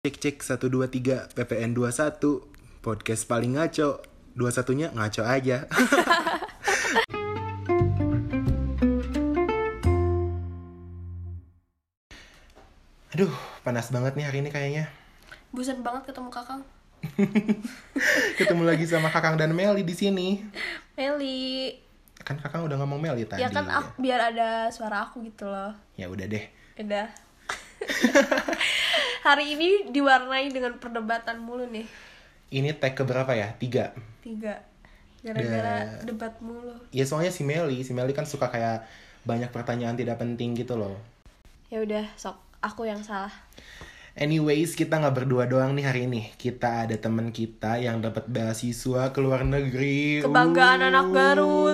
Cek cek 1 2 3 PPN 21 podcast paling ngaco. 21-nya ngaco aja. Aduh, panas banget nih hari ini kayaknya. Bosan banget ketemu Kakang. Ketemu lagi sama Kakang dan Meli di sini. Meli. Kan Kakang udah ngomong Meli tadi. Ya kan biar ada suara aku gitu loh. Ya udah deh. Udah. Hari ini diwarnai dengan perdebatan mulu nih. Ini tag keberapa ya? 3. Gara-gara debat mulu. Ya soalnya si Meli kan suka kayak banyak pertanyaan tidak penting gitu loh. Ya udah, sok aku yang salah. Anyways, kita nggak berdua doang nih hari ini. Kita ada teman kita yang dapat beasiswa ke luar negeri. Kebanggaan anak Garut.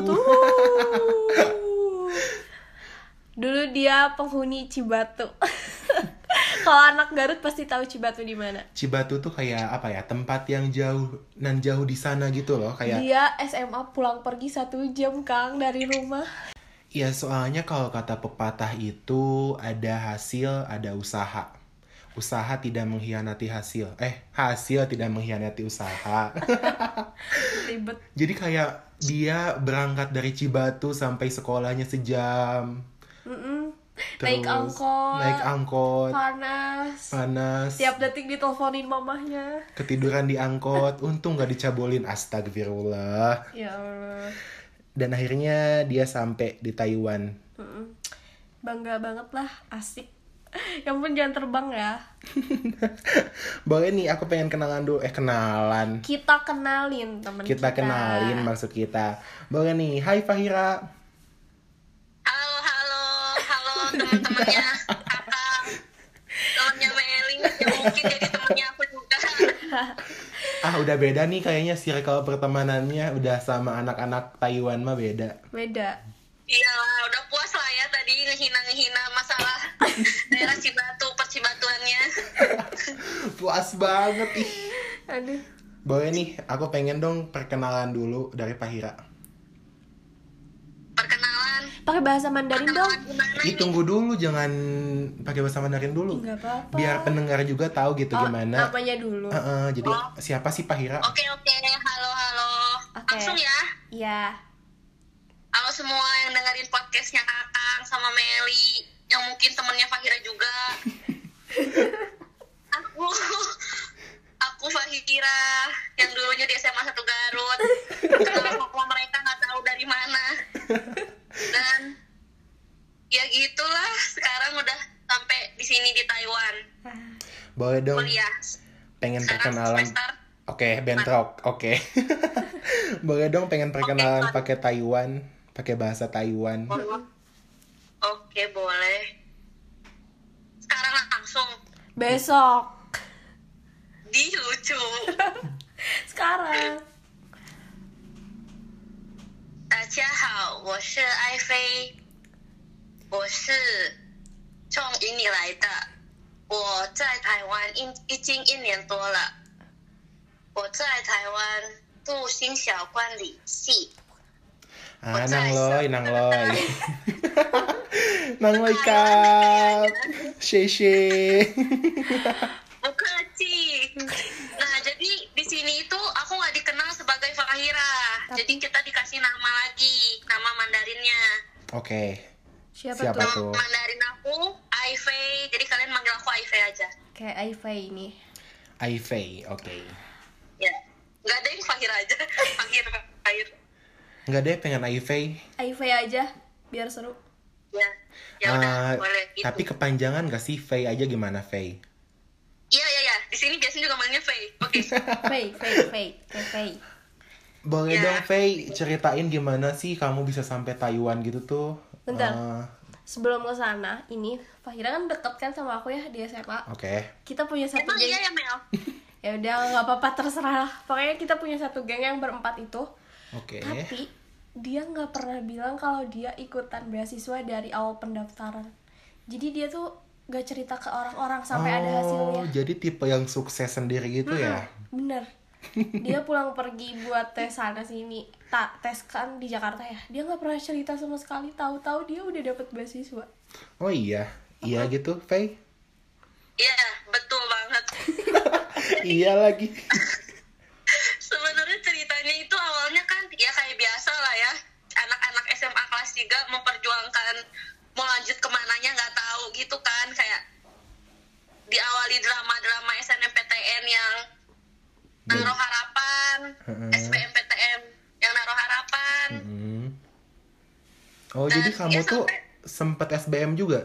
Dulu dia penghuni Cibatu. Kalau anak Garut pasti tahu Cibatu di mana. Cibatu tuh kayak apa ya? Tempat yang jauh nan jauh di sana gitu loh, kayak. Dia SMA pulang pergi 1 jam Kang dari rumah. Iya, soalnya kalau kata pepatah itu ada hasil, ada usaha. Usaha tidak mengkhianati hasil. Hasil tidak mengkhianati usaha. Ribet. Jadi kayak dia berangkat dari Cibatu sampai sekolahnya sejam. Naik angkot. Panas. Tiap detik diteleponin mamahnya. Ketiduran di angkot. Untung gak dicabolin. Astagfirullah. Ya Allah. Dan akhirnya dia sampai di Taiwan. Bangga banget lah. Asik. Ya ampun, jangan terbang ya. Boleh nih, aku pengen kenalan dulu. Kenalan. Kita kenalin teman kita. Kita kenalin maksud kita. Boleh nih. Hai Fahira. Halo teman-temannya Kakak, temannya Meli, yang mungkin jadi temannya aku juga. Udah beda nih kayaknya circle pertemanannya. Udah sama anak-anak Taiwan mah beda. Iyalah, udah puas lah ya tadi ngehina masalah daerah Cibatu, percibatuannya. Puas banget ih. Aduh. Boleh nih, aku pengen dong perkenalan dulu dari Fahira. Perkenalan. Pakai bahasa Mandarin dong. Gimana nih? Tunggu dulu, jangan pakai bahasa Mandarin dulu. Nggak apa-apa. Biar pendengar juga tahu gitu gimana. Namanya dulu. Jadi siapa sih Fahira? Oke, halo. Oke. Langsung ya. Iya. Halo semua yang dengerin podcastnya Kakang sama Meli, yang mungkin temennya Fahira juga. Aku Fahira, yang dulunya di SMA 1 Garut. Kenal sama mereka nggak tahu dari mana. Dan ya gitulah, sekarang udah sampai di sini di Taiwan. Boleh dong. Kuliah. Pengen Sekarang perkenalan. semester. Oke, bentrok. Oke. Boleh dong pengen perkenalan Oke, pakai Taiwan, pakai bahasa Taiwan. Oke, boleh. Sekarang langsung. Besok. Di lucu. Sekarang. 大家好，我是爱妃，我是从印尼来的，我在台湾已经1年多了，我在台湾读新小管理系。 Nang loy. Nang loy kap. She. 不客气。Nah, jadi di sini itu aku nggak dikenal sebagai Fahira, jadi kita dikasih nama lagi, nama Mandarinnya. Oke. Siapa Siapa tuh? tuh? Mandarin aku Aifei, jadi kalian manggil aku Aifei aja. Kayak Aifei ini. Aifei, oke. Ya, nggak ada yang Fahira aja. Fahir. Enggak deh, pengen Aifei. Aifei aja biar seru. Ya udah, boleh gitu. Tapi kepanjangan gak sih? Fei aja gimana Fei? Iya. Di sini biasanya juga manggilnya Fei. Oke. Fei. Boleh Ya. dong Fei, ceritain gimana sih kamu bisa sampai Taiwan gitu tuh? Bentar. Sebelum ke sana, ini Fahira kan deket kan sama aku ya di SMA. Oke. Kita punya satu Emang geng. iya ya, Mel? Ya udah nggak apa-apa, terserah. Pokoknya kita punya satu geng yang berempat itu. Oke. Tapi dia nggak pernah bilang kalau dia ikutan beasiswa dari awal pendaftaran. Jadi dia tuh nggak cerita ke orang-orang sampai ada hasilnya. Jadi tipe yang sukses sendiri gitu ya? Bener. Dia pulang pergi buat tes sana sini. Tes kan di Jakarta ya. Dia nggak pernah cerita sama sekali. Tahu-tahu dia udah dapet beasiswa. Oh iya gitu Fei? Iya, betul banget. Iya lagi. Sebenarnya ceritanya itu awalnya kan ya kayak biasa lah ya, anak-anak SMA kelas 3 memperjuangkan mau lanjut kemananya nggak tahu gitu kan, kayak diawali drama-drama SNMPTN yang naruh harapan, SBMPTN yang naruh harapan. Oh, Dan jadi kamu ya tuh sampai- sempet SBM juga?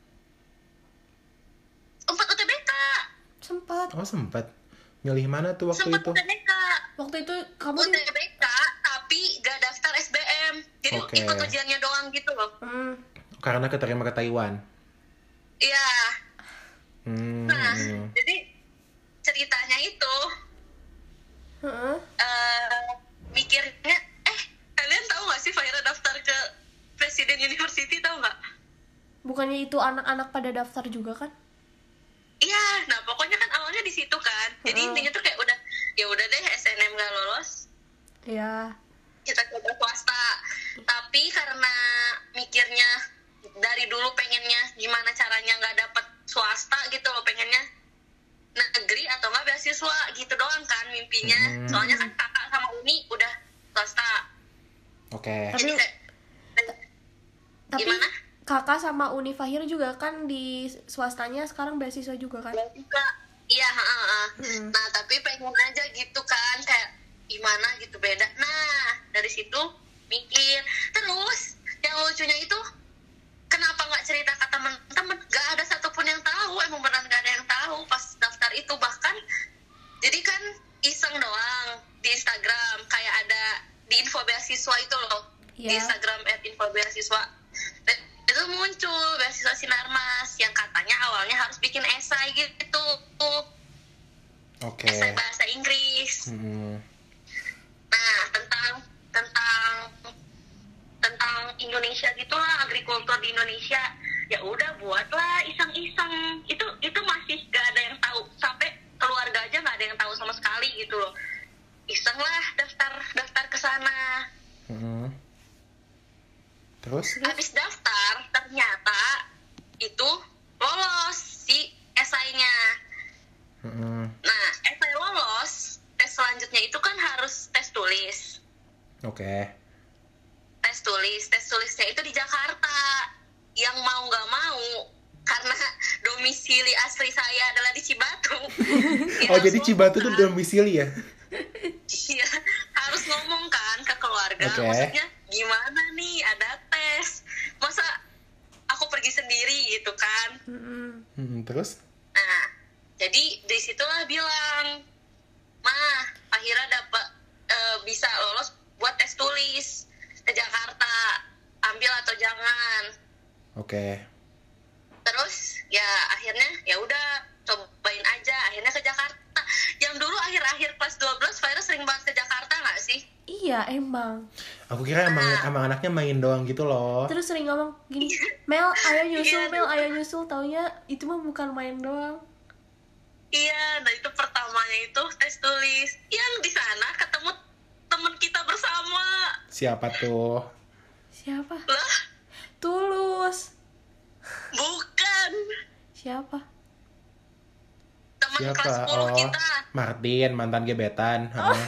Sempat UTBK, Sempat. Oh, sempet. Milih mana tuh waktu sempat itu? UTBK. Waktu itu kamu UTBK tapi gak daftar SBM, jadi Oke. ikut ujiannya doang gitu loh. Karena keterima ke Taiwan. Iya. Hmm. Nah, jadi ceritanya itu Heeh. mikirnya, kalian tahu nggak sih Faira daftar ke Presiden University, tahu nggak? Bukannya itu anak-anak pada daftar juga kan? Iya, nah pokoknya kan awalnya di situ kan. Jadi intinya tuh kayak ya udah deh SNM nggak lolos, Iya. kita coba swasta. Tapi karena mikirnya dari dulu pengennya gimana caranya nggak dapet swasta gitu loh, pengennya negeri atau nggak beasiswa gitu doang kan mimpinya. Soalnya kan kakak sama Uni udah swasta. Oke. Tapi- Jadi kayak, Tapi gimana? kakak sama Uni Fahir juga kan di swastanya sekarang beasiswa juga kan? Juga iya, nah tapi pengen aja gitu kan, kayak gimana gitu beda. Nah dari situ mikir terus, yang lucunya itu kenapa nggak cerita ke teman-teman, nggak ada satupun yang tahu, emang benar nggak ada yang tahu pas daftar itu. Bahkan jadi kan iseng doang di Instagram, kayak ada di info beasiswa itu loh, di Iya. Instagram @info_beasiswa. Dan itu muncul beasiswa Sinarmas yang katanya awalnya harus bikin esai gitu, Oke. esai bahasa Inggris. Hmm. Nah tentang Indonesia gitulah, agrikultur di Indonesia. Ya udah buatlah iseng-iseng. Itu masih gak ada yang tahu, sampai keluarga aja gak ada yang tahu sama sekali gitu loh. Iseng lah daftar ke sana. Terus? Habis daftar ternyata itu lolos si esainya. Nah esai lolos, tes selanjutnya itu kan harus tes tulis. Oke. Tes tulisnya itu di Jakarta. Yang mau nggak mau, karena domisili asli saya adalah di Cibatu. Ya Oh, harus jadi ngomong Cibatu tuh kan. domisili ya? Iya, harus ngomong kan ke keluarga. Oke. Maksudnya gimana nih, ada tes, masa aku pergi sendiri gitu kan. Terus? Nah jadi disitulah bilang, mah akhirnya dapat bisa lolos buat tes tulis ke Jakarta, ambil atau jangan. Oke. Terus ya akhirnya ya udah cobain aja, akhirnya ke Jakarta. Yang dulu akhir-akhir kelas 12 Faira sering banget ke Jakarta nggak sih? Iya emang. Aku kira emang anaknya main doang gitu loh. Terus sering ngomong gini, Mel ayo nyusul, Iya. Mel ayo nyusul. Taunya itu mah bukan main doang. Iya, nah itu pertamanya itu tes tulis. Yang di sana ketemu teman kita bersama. Siapa tuh? Siapa? Lah, Tulus. bukan. Siapa? Teman Siapa? kelas 10 Oh, kita. Martin, mantan gebetan. Heeh.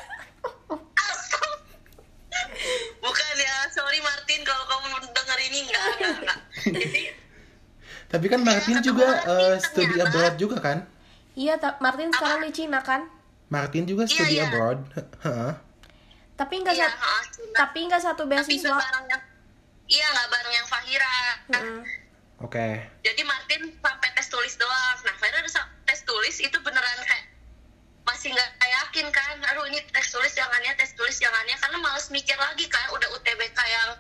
Bukan ya, sorry Martin kalau kamu denger ini enggak. Jadi Tapi kan Martin ketemu juga Martin studi ternyata. abroad juga kan? Iya, Martin sekarang di Cina kan? Martin juga Iya, studi iya. abroad. Heeh. Tapi nggak iya, satu, tapi nggak satu tapi beasiswa. nggak bareng yang, iya nggak bareng yang Fahira. Oke. Jadi Martin sampai tes tulis doang. Nah, Faira udah tes tulis itu beneran kayak masih nggak yakin kan. Aduh ini tes tulis jangannya, tes tulis jangannya, karena males mikir lagi kan. Udah UTBK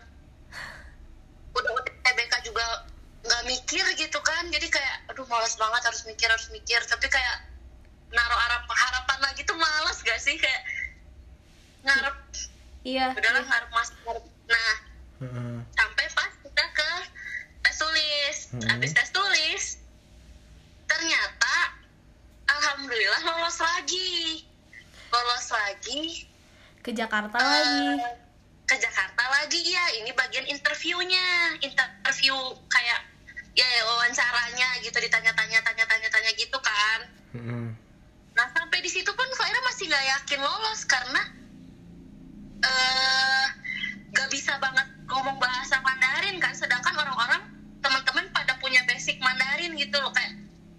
juga nggak mikir gitu kan. Jadi kayak aduh males banget, harus mikir. Tapi kayak naruh harapan lagi tuh males gak sih, kayak ngarep Iya. udahlah ngarep. Nah Heeh. sampai pas kita ke tes tulis. Habis tes tulis ternyata alhamdulillah lolos lagi Ke Jakarta lagi. ke Jakarta lagi ya. Ini bagian interview kayak wawancaranya gitu, ditanya-tanya gitu kan. Nah sampai di situ pun Faira masih nggak yakin lolos karena nggak bisa banget ngomong bahasa Mandarin kan, sedangkan orang-orang teman-teman pada punya basic Mandarin gitu loh. Kayak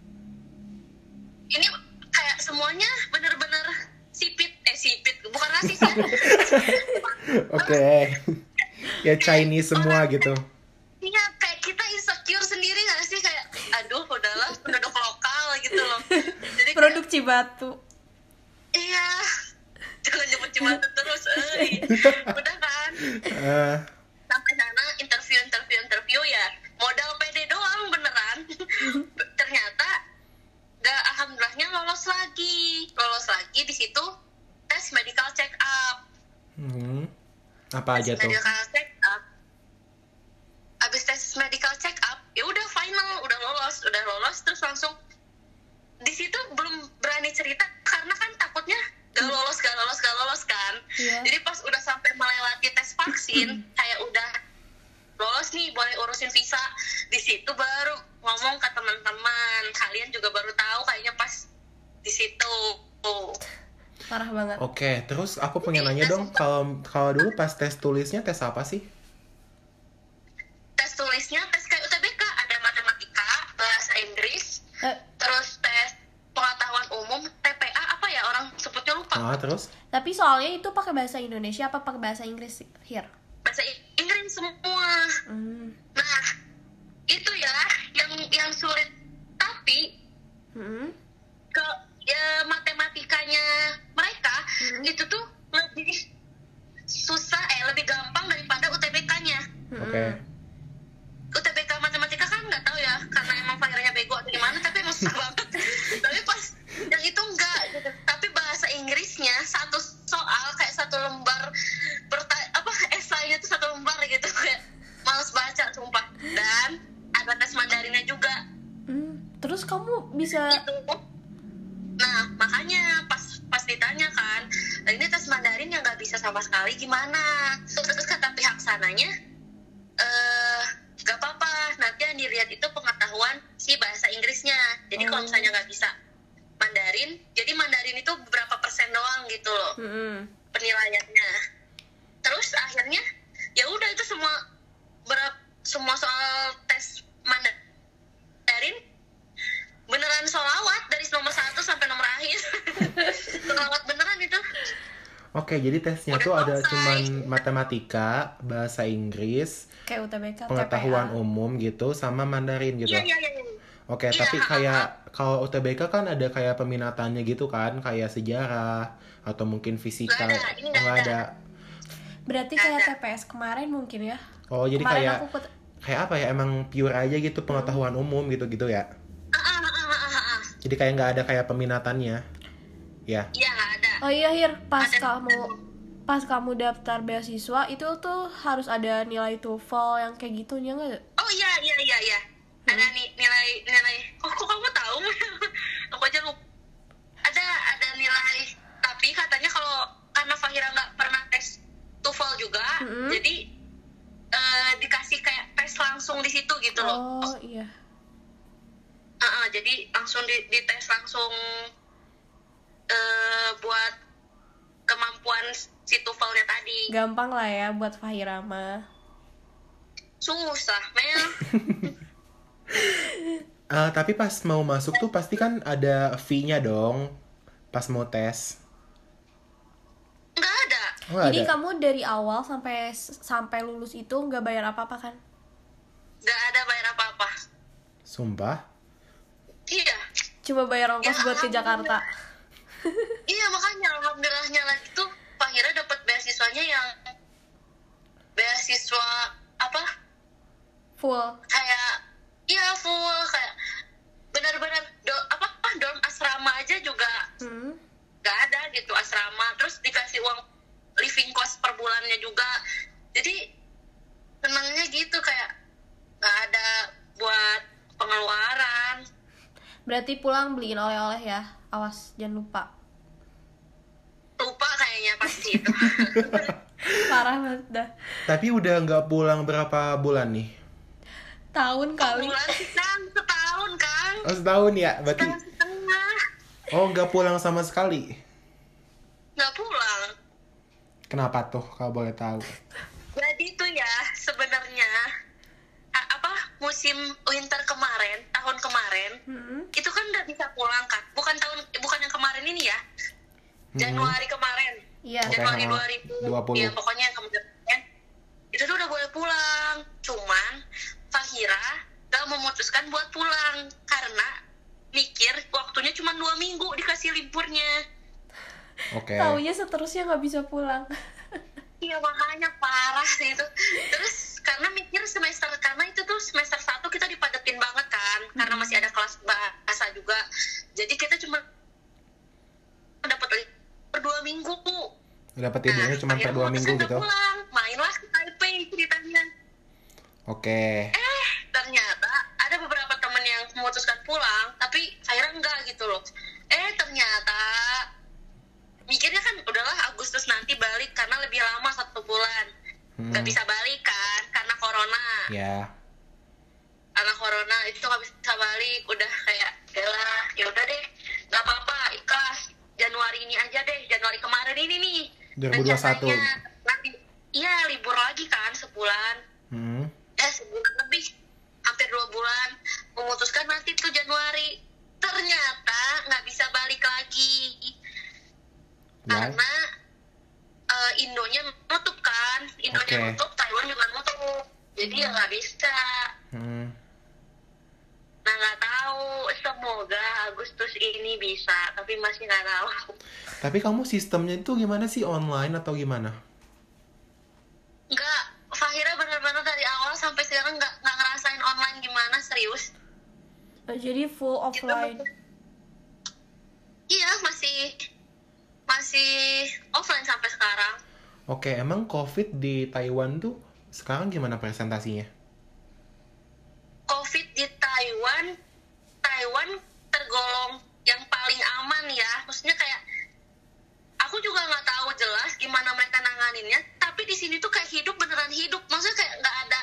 ini kayak semuanya bener-bener sipit bukan rasis ya. Oke. Ya Chinese semua gitu. Iya, kayak kita insecure sendiri nggak sih, kayak aduh udahlah penduduk lokal gitu loh. Jadi Produk Cibatu. iya, jangan nyebut Cibatu terus, udah kan. Sampai sana interview ya, modal pede doang beneran. Ternyata alhamdulillahnya lolos lagi di situ tes medical check up. Apa aja tuh? Medical check up. Abis tes medical check up, ya udah final, udah lolos terus langsung di situ belum berani cerita karena kan takutnya gak lolos kan. Jadi pas udah sampai melewati tes vaksin, kayak udah lolos nih, boleh urusin visa, di situ baru ngomong ke teman-teman, kalian juga baru tahu kayaknya pas di situ. Parah banget. Oke, terus aku pengen nanya dong, kalau dulu pas tes tulisnya tes apa sih? Tes tulisnya tes kayak UTBK, ada matematika, bahasa Inggris, terus tes pengetahuan umum, TPA apa ya orang sebutnya lupa. Terus? Tapi soalnya itu pakai bahasa Indonesia apa pakai bahasa Inggris here? Bahasa Inggris semua. Nah, itu ya yang sulit. Tapi matematikanya mereka itu tuh lebih susah, lebih gampang daripada UTBK-nya. Oke. UTBK matematika kan nggak tahu ya, karena emang Fairanya bego atau gimana, tapi emang susah banget. Tapi pas yang itu enggak gitu. Tapi bahasa Inggrisnya satu soal kayak satu lembar esainya tuh satu lembar gitu, kayak males baca sumpah. Dan ada tes Mandarinnya juga. Terus kamu bisa gitu. Nah makanya pas ditanya kan, ini tes Mandarin yang nggak bisa sama sekali gimana? Terus kata pihak sananya, gak apa-apa, nanti yang dilihat itu pengetahuan si bahasa Inggrisnya. Jadi kalau misalnya nggak bisa Mandarin, jadi Mandarin itu beberapa persen doang gitu loh penilaiannya. Terus akhirnya ya udah itu semua soal tes Mandarin beneran sholawat dari nomor 1 sampai nomor akhir. Sholawat beneran itu. Oke, jadi tesnya Udah tuh ada selesai. cuman matematika, bahasa Inggris, kayak UTBK, pengetahuan TPA. umum gitu, sama Mandarin gitu. Iya. Oke, Iya, tapi kayak kalau UTBK kan ada kayak peminatannya gitu kan, kayak sejarah atau mungkin fisika. Nggak ada, ini nggak Nggak ada. Berarti kayak TPS kemarin mungkin ya. Oh, jadi Kemarin kayak aku kayak apa ya? Emang pure aja gitu pengetahuan umum gitu ya. Jadi kayak nggak ada kayak peminatannya. Ya. Iya nggak ada. Oh iya Hir, pas Ada. kamu daftar beasiswa itu tuh harus ada nilai TOEFL yang kayak gitunya nggak? Oh iya. Ada nilai. Kok kamu tahu? Aku aja lupa. Ada nilai. Tapi katanya kalau karena Fahira nggak pernah tes TOEFL juga, jadi dikasih kayak tes langsung di situ gitu loh. Oh iya. Jadi langsung dites langsung buat kemampuan si TOEFL-nya tadi. Gampang lah ya buat Fahira mah. Susah, Mel. Tapi pas mau masuk tuh pasti kan ada fee-nya dong. Pas mau tes. Nggak ada. Oh, nggak Jadi ada. kamu dari awal sampai lulus itu nggak bayar apa-apa kan? Nggak ada bayar apa-apa. Sumpah. Iya. Coba bayar ongkos Ya, buat ke Jakarta. Iya, makanya alhamdulillahnya lagi tuh Fahira dapat beasiswanya yang beasiswa apa? Full. Kayak full, kayak benar-benar dorm asrama aja juga nggak ada gitu, asrama. Terus dikasih uang living cost per bulannya juga. Jadi senangnya gitu, kayak nggak ada buat pengeluaran. Berarti pulang beliin oleh-oleh ya. Awas jangan lupa. Lupa kayaknya pasti itu. Parah banget dah. Tapi udah nggak pulang berapa bulan nih? Tahun kali. Bulan sih Kang, setahun Kang. Oh, setahun ya? Berarti Setengah. oh nggak pulang sama sekali. Nggak pulang. Kenapa tuh kalau boleh tahu? Jadi tuh ya sebenarnya musim winter kemarin, tahun kemarin, itu kan nggak bisa pulang kan? Bukan yang kemarin ini ya. Januari kemarin. Iya. Januari Oke, 2020. Ya pokoknya yang kemarin. Itu tuh udah boleh pulang. Cuman Fahira gak memutuskan buat pulang karena mikir waktunya cuma 2 minggu dikasih liburnya. Oke. Taunya seterusnya nggak bisa pulang. Iya makanya parah sih itu. Terus karena mikir karena itu tuh semester 1 kita dipadetin banget kan, karena masih ada kelas bahasa juga. Jadi kita cuma dapat per 2 minggu. Dapat liburnya cuma per 2 minggu gitu. Pulang, mainlah ke Taipei ceritanya. Oke. Ternyata ada beberapa temen yang memutuskan pulang, tapi saya enggak gitu loh. Ternyata mikirnya kan udahlah Agustus nanti balik karena lebih lama 1 bulan. Nggak bisa balik kan karena corona. Ya. Karena corona itu nggak bisa balik, udah kayak ya udah deh, nggak apa-apa, ikhlas. Januari ini aja deh, Januari kemarin ini nih. 2021. Nanti, iya libur lagi kan sebulan. Sebulan lebih, hampir 2 bulan. Memutuskan nanti tuh Januari. Ternyata nggak bisa balik lagi. Karena Indonya nutup kan, Indonya nutup, Taiwan juga nutup, jadi ya nggak bisa. Nah nggak tahu, semoga Agustus ini bisa, tapi masih nggak tahu. Tapi kamu sistemnya itu gimana sih, online atau gimana? Nggak, Fahira benar-benar dari awal sampai sekarang nggak ngerasain online gimana, serius. Jadi full offline. Iya masih offline sampai sekarang. Oke, emang COVID di Taiwan tuh sekarang gimana presentasinya? COVID di Taiwan tergolong yang paling aman ya. Maksudnya kayak aku juga nggak tahu jelas gimana mereka nanganinnya. Tapi di sini tuh kayak hidup beneran hidup. Maksudnya kayak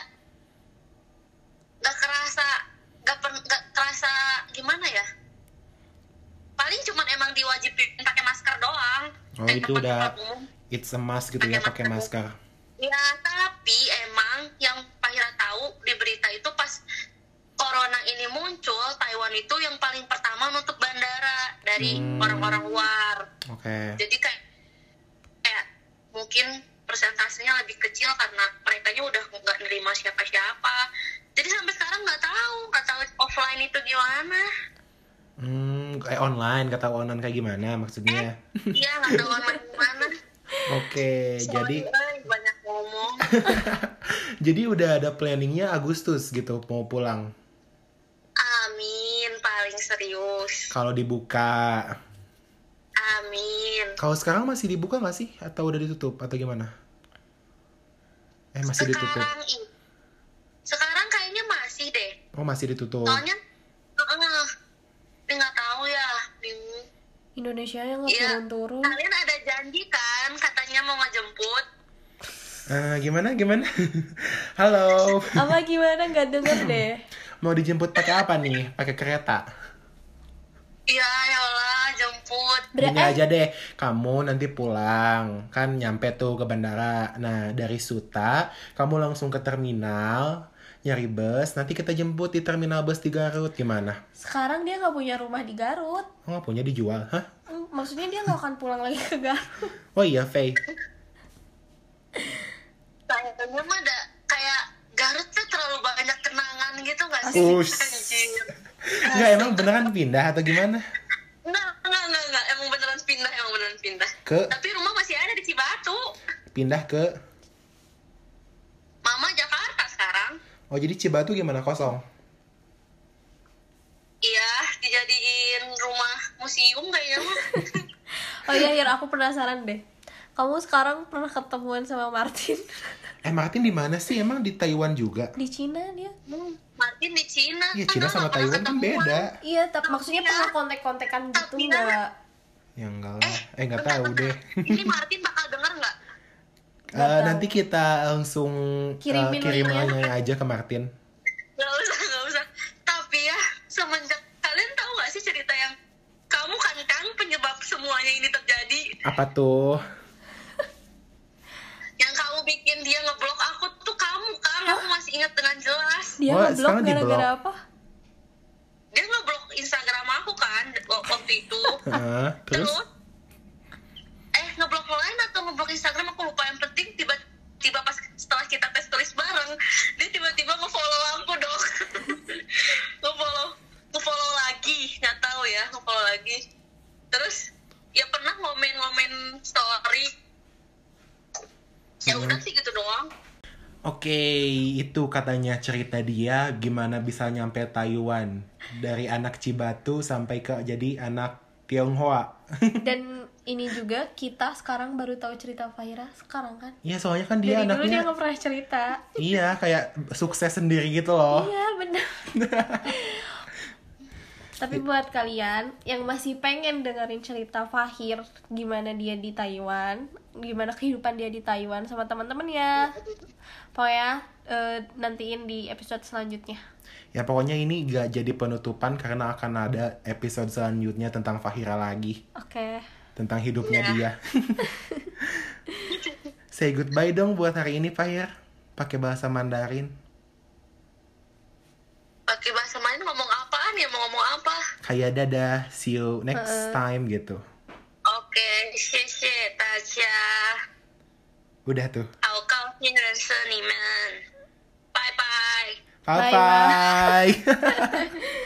nggak kerasa gimana ya? Paling cuman emang diwajibin pakai masker doang. Oh itu udah it's a must gitu ya, pakai masker. Ya tapi emang yang Fahira tahu di berita itu pas corona ini muncul, Taiwan itu yang paling pertama nutup bandara dari orang-orang luar. Oke. Jadi kayak mungkin persentasenya lebih kecil karena merekanya udah nggak nerima siapa-siapa. Jadi sampai sekarang nggak tahu offline itu gimana. Kayak online, kata online kayak gimana maksudnya? Iya, nggak tahu online gimana. Oke, jadi banyak ngomong. jadi udah ada planningnya Agustus gitu mau pulang. Amin, paling serius. Kalau dibuka. Amin. Kalau sekarang masih dibuka nggak sih? Atau udah ditutup atau gimana? Masih ditutup. Sekarang kayaknya masih deh. Oh masih ditutup. Soalnya nggak tahu ya, bingung. Indonesia yang nggak turun-turun. Kalian ada janji kan, katanya mau ngejemput. Gimana? Halo. Apa gimana? Nggak denger deh. Mau dijemput pakai apa nih? Pakai kereta? Iya, ya Allah, jemput. Gini aja deh, kamu nanti pulang, kan nyampe tuh ke bandara. Nah, dari Suta, kamu langsung ke terminal, nyari bus, nanti kita jemput di terminal bus di Garut, gimana? Sekarang dia nggak punya rumah di Garut. Oh, nggak punya, dijual, hah? Maksudnya dia nggak akan pulang lagi ke Garut. Oh iya, Faye. Kayaknya mah ada kayak Garut tuh terlalu banyak kenangan gitu nggak sih? Anjir. Nggak, emang beneran pindah atau gimana? Enggak. Emang beneran pindah. Tapi rumah masih ada di Cibatu. Pindah ke? Mama Jakarta sekarang. Oh, jadi Cibatu gimana? Kosong? Iya, dijadiin rumah museum kayaknya mah. Oh iya, Hir, aku penasaran deh. Kamu sekarang pernah ketemuan sama Martin? Martin di mana sih? Emang di Taiwan juga? Di Cina dia. Martin di Cina. Iya, Cina sama Taiwan kan beda. Iya, tapi maksudnya pernah kontek-kontekan gitu nggak? Ya enggak lah. Nggak tahu deh. Ini Martin bakal denger nggak? Nanti kita langsung kirim Kirimin linknya aja ke Martin. Gak usah Apa tuh? Yang kamu bikin dia ngeblok aku tuh kamu kan, aku masih ingat dengan jelas. Dia Wah, ngeblok sekarang di-blok. gara-gara apa? Dia ngeblok Instagram aku kan waktu itu. Terus? Ngeblok lain atau ngeblok Instagram aku lupa. Yang penting tiba-tiba pas setelah kita tes tulis bareng, dia tiba-tiba nge-follow aku dong. nge-follow lagi, nggak tahu ya, nge-follow lagi. Terus ya pernah ngomen story. Ya udah sih gitu doang. Oke, itu katanya cerita dia gimana bisa nyampe Taiwan. Dari anak Cibatu sampai ke jadi anak Tionghoa. Dan ini juga kita sekarang baru tahu cerita Fahira sekarang kan. Iya, soalnya kan dia Dari dulu dia anaknya... nggak pernah cerita. Iya, kayak sukses sendiri gitu loh. Iya benar. Tapi buat kalian yang masih pengen dengerin cerita Fahir, gimana dia di Taiwan, gimana kehidupan dia di Taiwan sama teman-temannya, pokoknya nantiin di episode selanjutnya. Ya pokoknya ini gak jadi penutupan karena akan ada episode selanjutnya tentang Fahira lagi. Oke. Tentang hidupnya dia. Say goodbye dong buat hari ini, Fahir. Pakai bahasa Mandarin. Pakai bahasa main ngomong apaan ya, mau ngomong apa? Kayak dadah, see you next time gitu. Oke, 谢谢大家， Udah tuh. 好高兴认识你们，拜拜。 Bye bye.